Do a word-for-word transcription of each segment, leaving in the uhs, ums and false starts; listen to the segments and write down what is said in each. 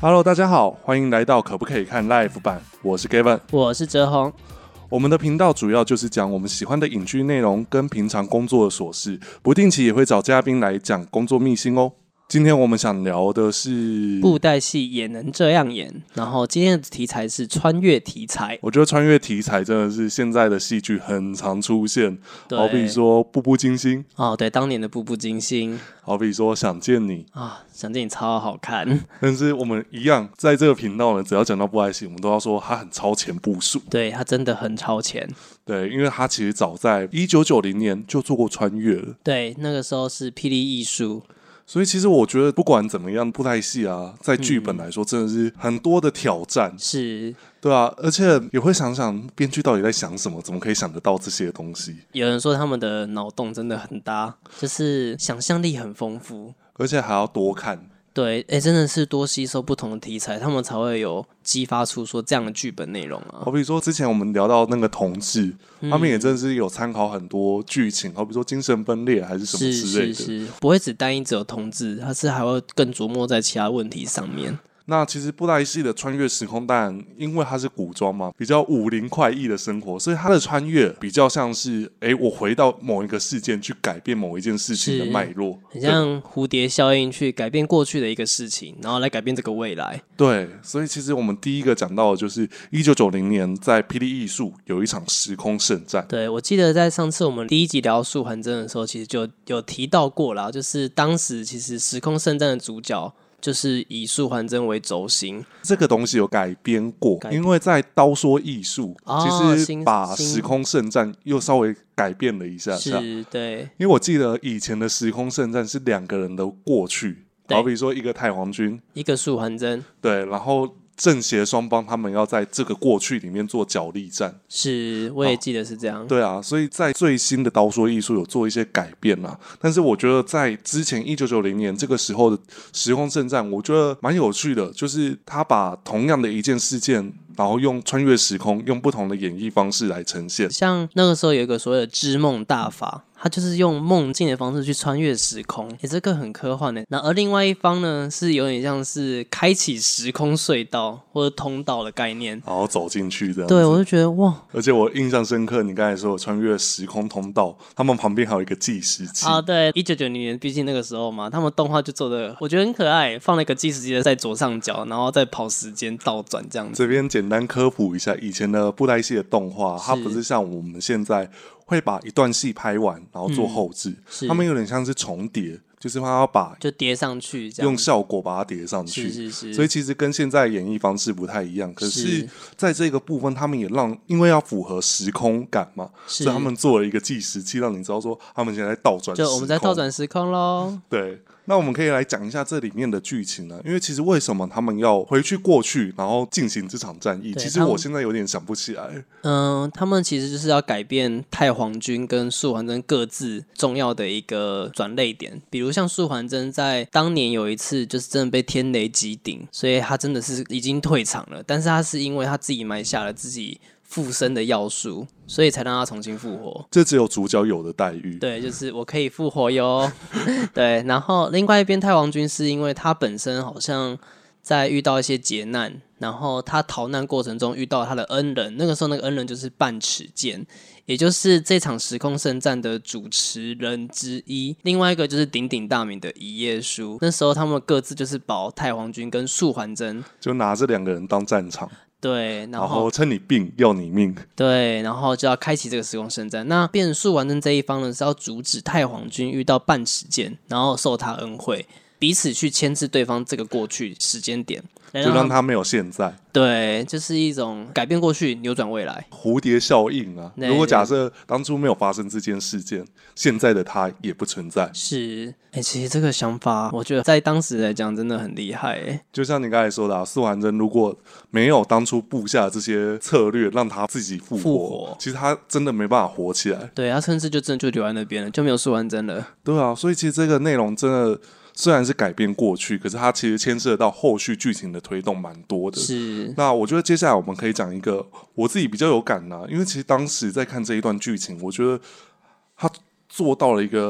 Hello， 大家好，欢迎来到可不可以看 Live 版，我是 Gavin， 我是哲宏。 我们的频道主要就是讲我们喜欢的影剧内容跟平常工作的琐事，不定期也会找嘉宾来讲工作秘辛哦。今天我们想聊的是布袋戏也能这样演，然后今天的题材是穿越题材。 我觉得穿越题材真的是现在的戏剧很常出现，好比说步步惊心哦，对，当年的步步惊心， 好比说想见你啊，想见你超好看。 但是我们一样在这个频道呢，只要讲到布袋戏，我们都要说它很超前部署。 对，它真的很超前。 对，因为它其实早在一九九零年就做过穿越了。 对，那个时候是霹雳艺术。 所以其实我觉得不管怎么样，布袋戏啊，在剧本来说真的是很多的挑战， 嗯、是， 对啊，而且也会想想编剧到底在想什么，怎么可以想得到这些东西。 有人说他们的脑洞真的很大，就是想象力很丰富， 而且还要多看。 对，哎，真的是多吸收不同的题材，他们才会有激发出说这样的剧本内容啊。 好比说之前我们聊到那个同志、嗯、他们也真的是有参考很多剧情，好比说精神分裂还是什么之类的， 是是是，不会只单一只有同志，它是还会更琢磨在其他问题上面。 那其实布袋戏的穿越时空，当然因为它是古装嘛，比较武林快意的生活，所以它的穿越比较像是，哎，我回到某一个事件去改变某一件事情的脉络， 很像蝴蝶效应去改变过去的一个事情，然后来改变这个未来。 对，所以其实我们第一个讲到的就是一九九零年在霹雳艺术有一场时空圣战。 对，我记得在上次我们第一集聊素还真的时候，其实就有提到过啦，就是当时其实时空圣战的主角就是以素还真为轴心， 这个东西有改编过，编因为在刀说艺术、哦、其实把时空圣战又稍微改变了一下下， 是，对， 因为我记得以前的时空圣战是两个人的过去，好比说一个太皇军， 一个素还真， 对，然后正邪双方他们要在这个过去里面做角力战， 是，我也记得是这样、哦、 对啊，所以在最新的刀说艺术有做一些改变啦，但是我觉得在之前一九九零年这个时候的时空圣战我觉得蛮有趣的，就是他把同样的一件事件然后用穿越时空用不同的演绎方式来呈现， 像那个时候有一个所谓的织梦大法，他就是用梦境的方式去穿越时空，诶，这个很科幻耶。那而另外一方呢，是有点像是开启时空隧道或者通道的概念， 然后走进去这样子。 对，我就觉得哇！ 而且我印象深刻，你刚才说穿越时空通道，他们旁边还有一个计时器啊。对，一九九零年，毕竟那个时候嘛，他们动画就做的，我觉得很可爱，放了一个计时器在左上角，然后再跑时间倒转这样子。 这边简单科普一下，以前的布袋戏的动画，它不是像我们现在会把一段戏拍完然后做后制、嗯、他们有点像是重叠，就是他要把就叠上去这样， 用效果把它叠上去， 是是是， 所以其实跟现在的演绎方式不太一样，可是在这个部分他们也让，因为要符合时空感嘛，所以他们做了一个计时器，让你知道说他们现在在倒转时空， 就我们在倒转时空咯。 对，那我们可以来讲一下这里面的剧情呢，因为其实为什么他们要回去过去然后进行这场战役，其实我现在有点想不起来。 嗯、呃，他们其实就是要改变太皇军跟素还真各自重要的一个转捩点，比如像素还真在当年有一次就是真的被天雷击顶，所以他真的是已经退场了，但是他是因为他自己埋下了自己附身的要素，所以才让他重新复活， 这只有主角有的待遇。 对，就是我可以复活哟。对，然后另外一边太皇军是因为他本身好像在遇到一些劫难，然后他逃难过程中遇到他的恩人，那个时候那个恩人就是半尺剑，也就是这场时空圣战的主持人之一，另外一个就是鼎鼎大名的一页书。那时候他们各自就是保太皇军跟素还真， 就拿这两个人当战场， 对，然后, 然后趁你病要你命， 对，然后就要开启这个时空圣战。那变成素还真这一方呢，是要阻止太皇军遇到半尺剑，然后受他恩惠，彼此去牵制对方这个过去时间点， 就让他没有现在。 对，就是一种改变过去扭转未来， 蝴蝶效应啊。如果假设当初没有发生这件事件，现在的他也不存在。 是，哎、欸，其实这个想法我觉得在当时来讲真的很厉害、欸、 就像你刚才说的啊，素还真如果没有当初布下这些策略让他自己复 活, 复活其实他真的没办法活起来。 对，他甚至就真的就留在那边了，就没有素还真了。 对啊，所以其实这个内容真的虽然是改变过去，可是它其实牵涉到后续剧情的推动蛮多的。 是， 那我觉得接下来我们可以讲一个我自己比较有感啊，因为其实当时在看这一段剧情，我觉得他做到了一个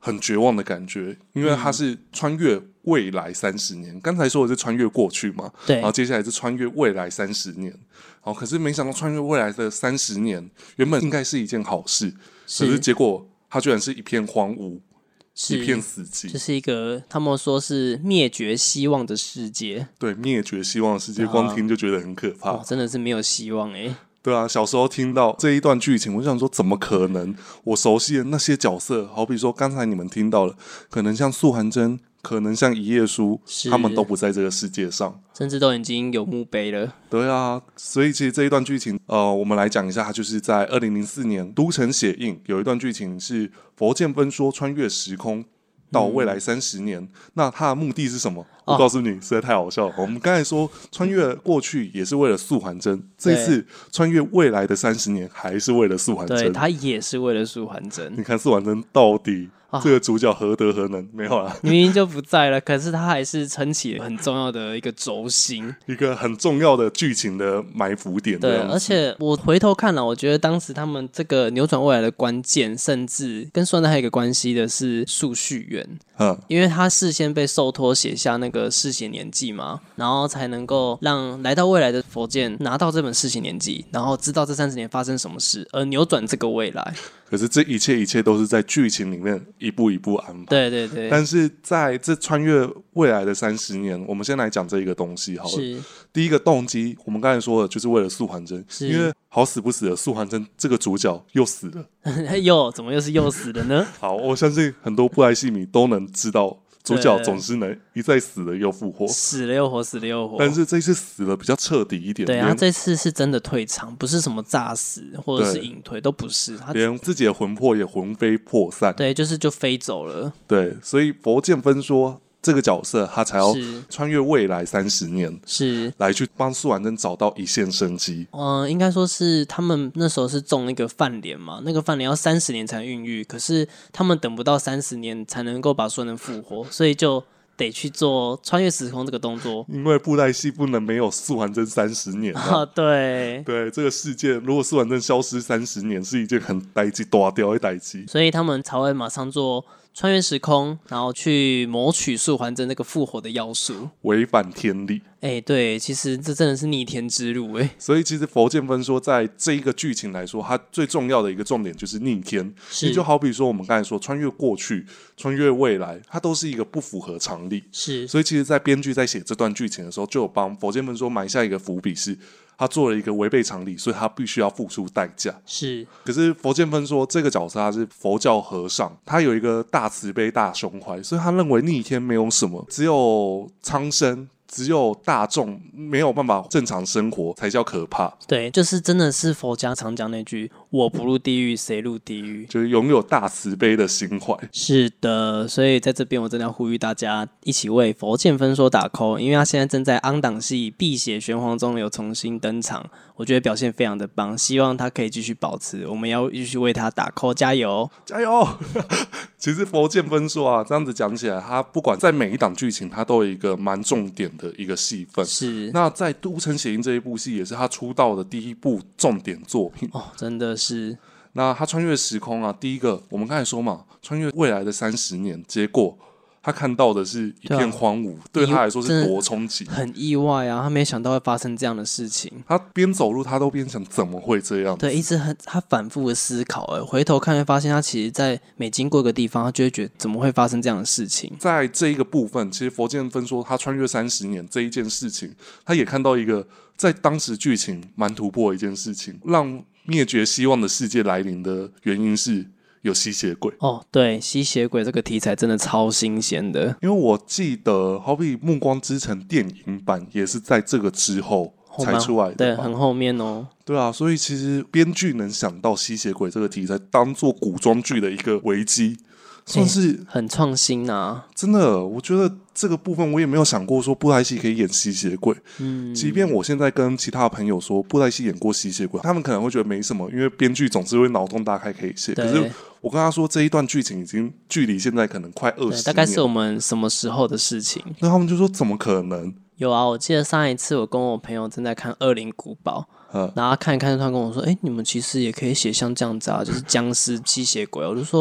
很绝望的感觉，因为它是穿越未来三十年。刚、嗯、才说的是穿越过去嘛， 对， 然后接下来是穿越未来三十年。好，可是没想到穿越未来的三十年，原本应该是一件好事，可是结果它居然是一片荒芜，一片死寂。 这是一个他们说是灭绝希望的世界。 对，灭绝希望的世界，啊、光听就觉得很可怕， 哦、真的是没有希望哎、欸。 对啊，小时候听到这一段剧情，我就想说，怎么可能？我熟悉的那些角色，好比说刚才你们听到了，可能像素还真，可能像一页书，他们都不在这个世界上， 甚至都已经有墓碑了。 对啊，所以其实这一段剧情，呃，我们来讲一下，它就是在二零零四年都城血印有一段剧情是佛剑分说穿越时空。到未来三十年、嗯，那他的目的是什么？我告诉你，哦、实在太好笑了。我们刚才说穿越过去也是为了素还真，这一次穿越未来的三十年还是为了素还真。 对，他也是为了素还真。 你看素还真到底这个主角何德何能？哦、没有啦， 明明就不在了，可是他还是撑起了很重要的一个轴心， 一个很重要的剧情的埋伏点。 对，而且我回头看了，我觉得当时他们这个扭转未来的关键，甚至跟算的还有一个关系的是素续缘。嗯，因为他事先被受托写下那个逝写年记嘛，然后才能够让来到未来的佛剑拿到这本逝写年记，然后知道这三十年发生什么事，而扭转这个未来。 可是这一切一切都是在剧情里面一步一步安排。 对对对。 但是在这穿越未来的三十年，我们先来讲这一个东西好了。 是。 第一个动机，我们刚才说的就是为了素还真，因为好死不死的素还真这个主角又死了。 又怎么又是又死了呢？ 好，我相信很多布莱戏迷都能知道。主角总是能一再死了又复活， 死了又活，死了又活。 但是这次死了比较彻底一点。 对啊，他这次是真的退场，不是什么诈死或者是隐退，都不是。他连自己的魂魄也魂飞魄散。 对，就是就飞走了。 对，所以佛剑分说这个角色他才要穿越未来三十年， 是来去帮素还真找到一线生机。 嗯、呃，应该说是他们那时候是中那个饭莲嘛，那个饭莲要三十年才孕育，可是他们等不到三十年才能够把素还真复活，所以就得去做穿越时空这个动作。 因为布袋戏不能没有素还真三十年啊！ 啊对对，这个世界如果素还真消失三十年，是一件很代志大掉的代志， 所以他们才会马上做穿越时空，然后去谋取素还真那个复活的要素， 违反天理。 哎、欸，对，其实这真的是逆天之路哎、欸。 所以其实佛剑分说，在这一个剧情来说，它最重要的一个重点就是逆天。是，就好比说我们刚才说穿越过去、穿越未来，它都是一个不符合常理。 是， 所以其实，在编剧在写这段剧情的时候，就有帮佛剑分说埋下一个伏笔是。他做了一个违背常理，所以他必须要付出代价。 是， 可是佛剑分说这个角色他是佛教和尚，他有一个大慈悲、大胸怀，所以他认为逆天没有什么，只有苍生。只有大众没有办法正常生活才叫可怕。 对，就是真的是佛家常讲那句“我不入地狱，谁入地狱”， 就是拥有大慈悲的心怀。 是的，所以在这边我真的要呼吁大家一起为佛剑分说打 call， 因为他现在正在昂档戏《碧血玄黄》中有重新登场，我觉得表现非常的棒，希望他可以继续保持，我们要继续为他打 call， 加油加油！其实佛剑分说啊，这样子讲起来，他不管在每一档剧情，他都有一个蛮重点的一个戏份。 是， 那在《都城血印》这一部戏，也是他出道的第一部重点作品哦，真的是。 那他穿越时空啊，第一个我们刚才说嘛，穿越未来的三十年，结果他看到的是一片荒芜，对,、啊、对他来说是多冲击， 很意外啊！他没想到会发生这样的事情。 他边走路，他都边想怎么会这样子？ 对，一直很他反复的思考，哎，回头看会发现，他其实在每经过一个地方，他就会觉得怎么会发生这样的事情。 在这一个部分，其实佛剑分说他穿越三十年这一件事情，他也看到一个在当时剧情蛮突破的一件事情，让灭绝希望的世界来临的原因是。有吸血鬼哦，对，吸血鬼这个题材真的超新鲜的。 因为我记得，好比《暮光之城》电影版也是在这个之后才出来的， 对，很后面哦。 对啊，所以其实编剧能想到吸血鬼这个题材当做古装剧的一个危机，算是、欸、 很创新啊！ 真的，我觉得这个部分我也没有想过说布袋戏可以演吸血鬼。嗯，即便我现在跟其他的朋友说布袋戏演过吸血鬼，他们可能会觉得没什么，因为编剧总是会脑洞大开可以写。可是我跟他说这一段剧情已经距离现在可能快二十年， 大概是我们什么时候的事情？ 那他们就说怎么可能？ 有啊，我记得上一次我跟我朋友正在看《恶灵古堡》，然后他看一看，他跟我说：“哎、欸，你们其实也可以写像这样子啊，就是僵尸、吸血鬼。”我就说。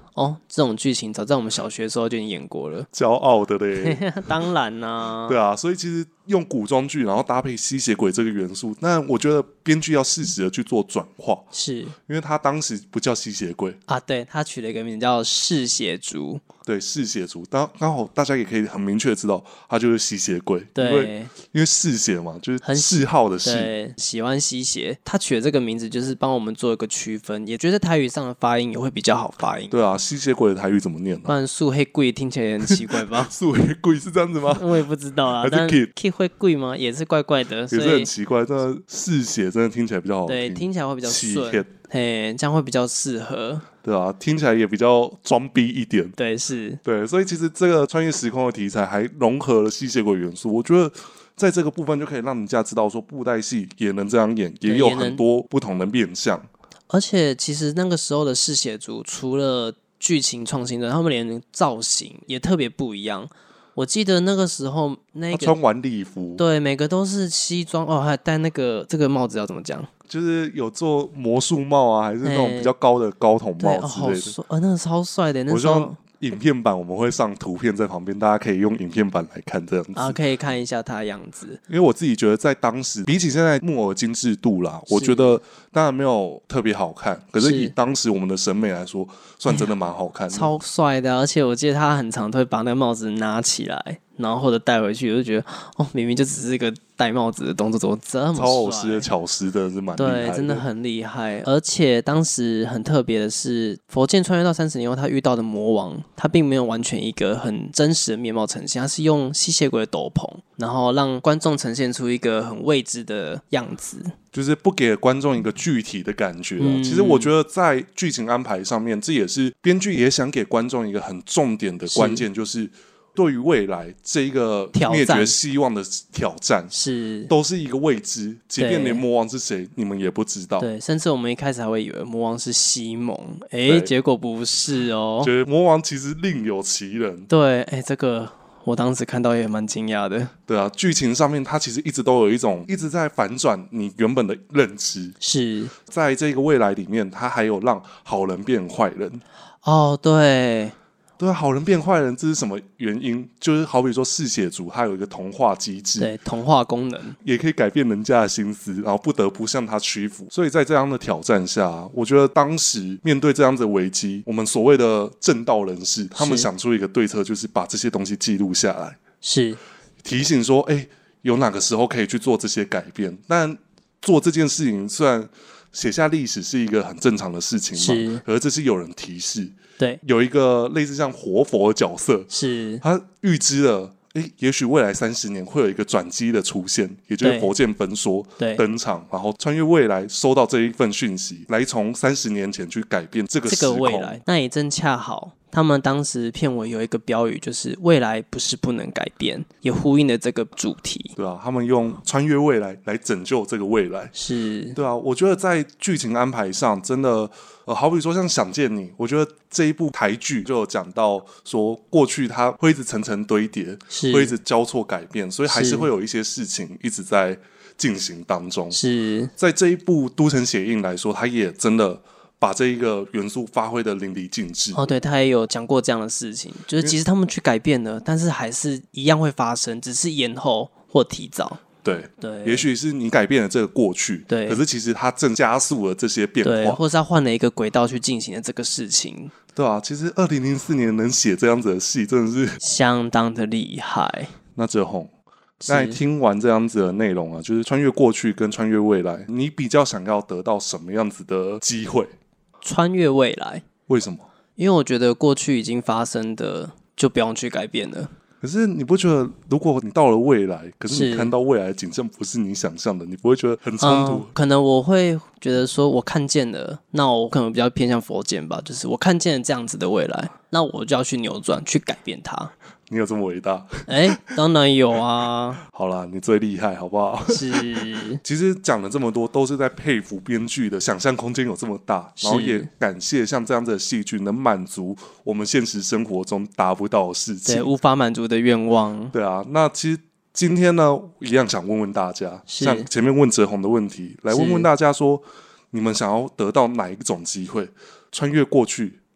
哦，这种剧情早在我们小学的时候就已经演过了， 骄傲的嘞。 当然啦、啊， 对啊，所以其实用古装剧，然后搭配吸血鬼这个元素，那我觉得编剧要适时的去做转化， 是因为他当时不叫吸血鬼啊，对，他取了一个名字叫嗜血族， 对，嗜血族，刚刚好大家也可以很明确的知道，他就是吸血鬼， 对， 因为因为嗜血嘛，就是嗜好的嗜， 对，喜欢吸血，他取的这个名字就是帮我们做一个区分，也觉得台语上的发音也会比较好发音。 对啊，吸血鬼的台语怎么念呢、 不然素黑贵听起来也很奇怪吧？ 素黑鬼是这样子吗？ 我也不知道啊， 还是但 kid kid 会贵吗？也是怪怪的， 也是很奇怪，这嗜血真的听起来比较好听， 对，听起来会比较顺，嘿，这样会比较适合。 对啊，听起来也比较装逼一点。 对，是， 对，所以其实这个穿越时空的题材还融合了吸血鬼元素，我觉得在这个部分就可以让人家知道说布袋戏也能这样演，也有很多不同的面向。 而且其实那个时候的嗜血族除了剧情创新的，他们连造型也特别不一样。我记得那个时候那个他穿晚礼服， 对，每个都是西装哦，还戴那个这个帽子要怎么讲？ 就是有做魔术帽啊，还是那种比较高的高筒帽之类的。 哦、好帅啊，那个超帅的。那时候影片版我们会上图片在旁边，大家可以用影片版来看这样子啊，可以看一下他的样子。 因为我自己觉得在当时比起现在木偶精致度啦，我觉得当然没有特别好看，可是以当时我们的审美来说，算真的蛮好看的， 超帅的。而且我记得他很常都会把那个帽子拿起来，然后或者戴回去，我就觉得哦，明明就只是一个戴帽子的动作，怎么这么帅？ 超偶师的巧思的是蛮厉害的， 对，真的很厉害。而且当时很特别的是，佛剑穿越到三十年后，他遇到的魔王，他并没有完全一个很真实的面貌呈现，他是用吸血鬼的斗篷，然后让观众呈现出一个很未知的样子。 就是不给观众一个具体的感觉、啊嗯、其实我觉得在剧情安排上面，这也是编剧也想给观众一个很重点的关键，就是对于未来这一个灭绝希望的挑战是都是一个未知，即便连魔王是谁你们也不知道。 对，甚至我们一开始还会以为魔王是西蒙，哎，结果不是哦， 觉得魔王其实另有其人。 对，哎，这个我当时看到也蛮惊讶的。 对啊，剧情上面它其实一直都有一种一直在反转你原本的认知。 是在这个未来里面，它还有让好人变坏人。 哦，对。 对啊，好人变坏人，这是什么原因？就是好比说嗜血族，它有一个同化机制， 对，同化功能也可以改变人家的心思，然后不得不向他屈服。所以在这样的挑战下，我觉得当时面对这样子的危机，我们所谓的正道人士，他们想出一个对策，就是把这些东西记录下来， 是提醒说，哎，有哪个时候可以去做这些改变。但做这件事情，虽然写下历史是一个很正常的事情嘛，可是这是有人提示。 对， 有一个类似像活佛的角色， 是他预知了，诶，也许未来三十年会有一个转机的出现，也就是佛剑分说登场，然后穿越未来收到这一份讯息，来从三十年前去改变这个时空。 这个未来，那也正恰好。他们当时片尾有一个标语，就是“未来不是不能改变”，也呼应了这个主题。 对啊，他们用穿越未来来拯救这个未来。 是， 对啊，我觉得在剧情安排上，真的，呃，好比说像《想见你》，我觉得这一部台剧就有讲到说，过去它会一直层层堆叠，会一直交错改变，所以还是会有一些事情一直在进行当中。 是在这一部《都城血印》来说，它也真的把这一个元素发挥的淋漓尽致。 哦，对，他也有讲过这样的事情，就是其实他们去改变了，但是还是一样会发生，只是延后或提早。 对对， 也许是你改变了这个过去， 对， 可是其实它正加速了这些变化， 对，或是他换了一个轨道去进行了这个事情。 对啊，其实二零零四年能写这样子的戏，真的是相当的厉害。 那哲宏，那你听完这样子的内容啊，就是穿越过去跟穿越未来，你比较想要得到什么样子的机会？ 穿越未来， 为什么？ 因为我觉得过去已经发生的就不用去改变了。 可是你不觉得，如果你到了未来，可是你看到未来的景象不是你想象的，你不会觉得很冲突？ 嗯，可能我会觉得说，我看见了，那我可能比较偏向佛剑吧，就是我看见了这样子的未来，那我就要去扭转，去改变它。 你有这么伟大？ 哎、欸，当然有啊！ 好啦，你最厉害，好不好？ 是。 其实讲了这么多，都是在佩服编剧的想象空间有这么大，然后也感谢像这样子的戏剧能满足我们现实生活中达不到的事情， 对，无法满足的愿望。 对啊，那其实今天呢，一样想问问大家，像前面问哲宏的问题，来问问大家说，你们想要得到哪一种机会？穿越过去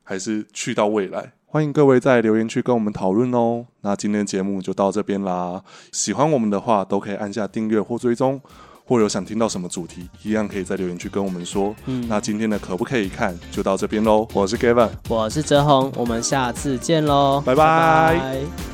还是去到未来？欢迎各位在留言区跟我们讨论哦。那今天的节目就到这边啦，喜欢我们的话都可以按下订阅或追踪，或有想听到什么主题，一样可以在留言区跟我们说。嗯，那今天的可不可以看就到这边咯，我是 Gavin， 我是哲宏，我们下次见咯， 拜拜。 拜拜。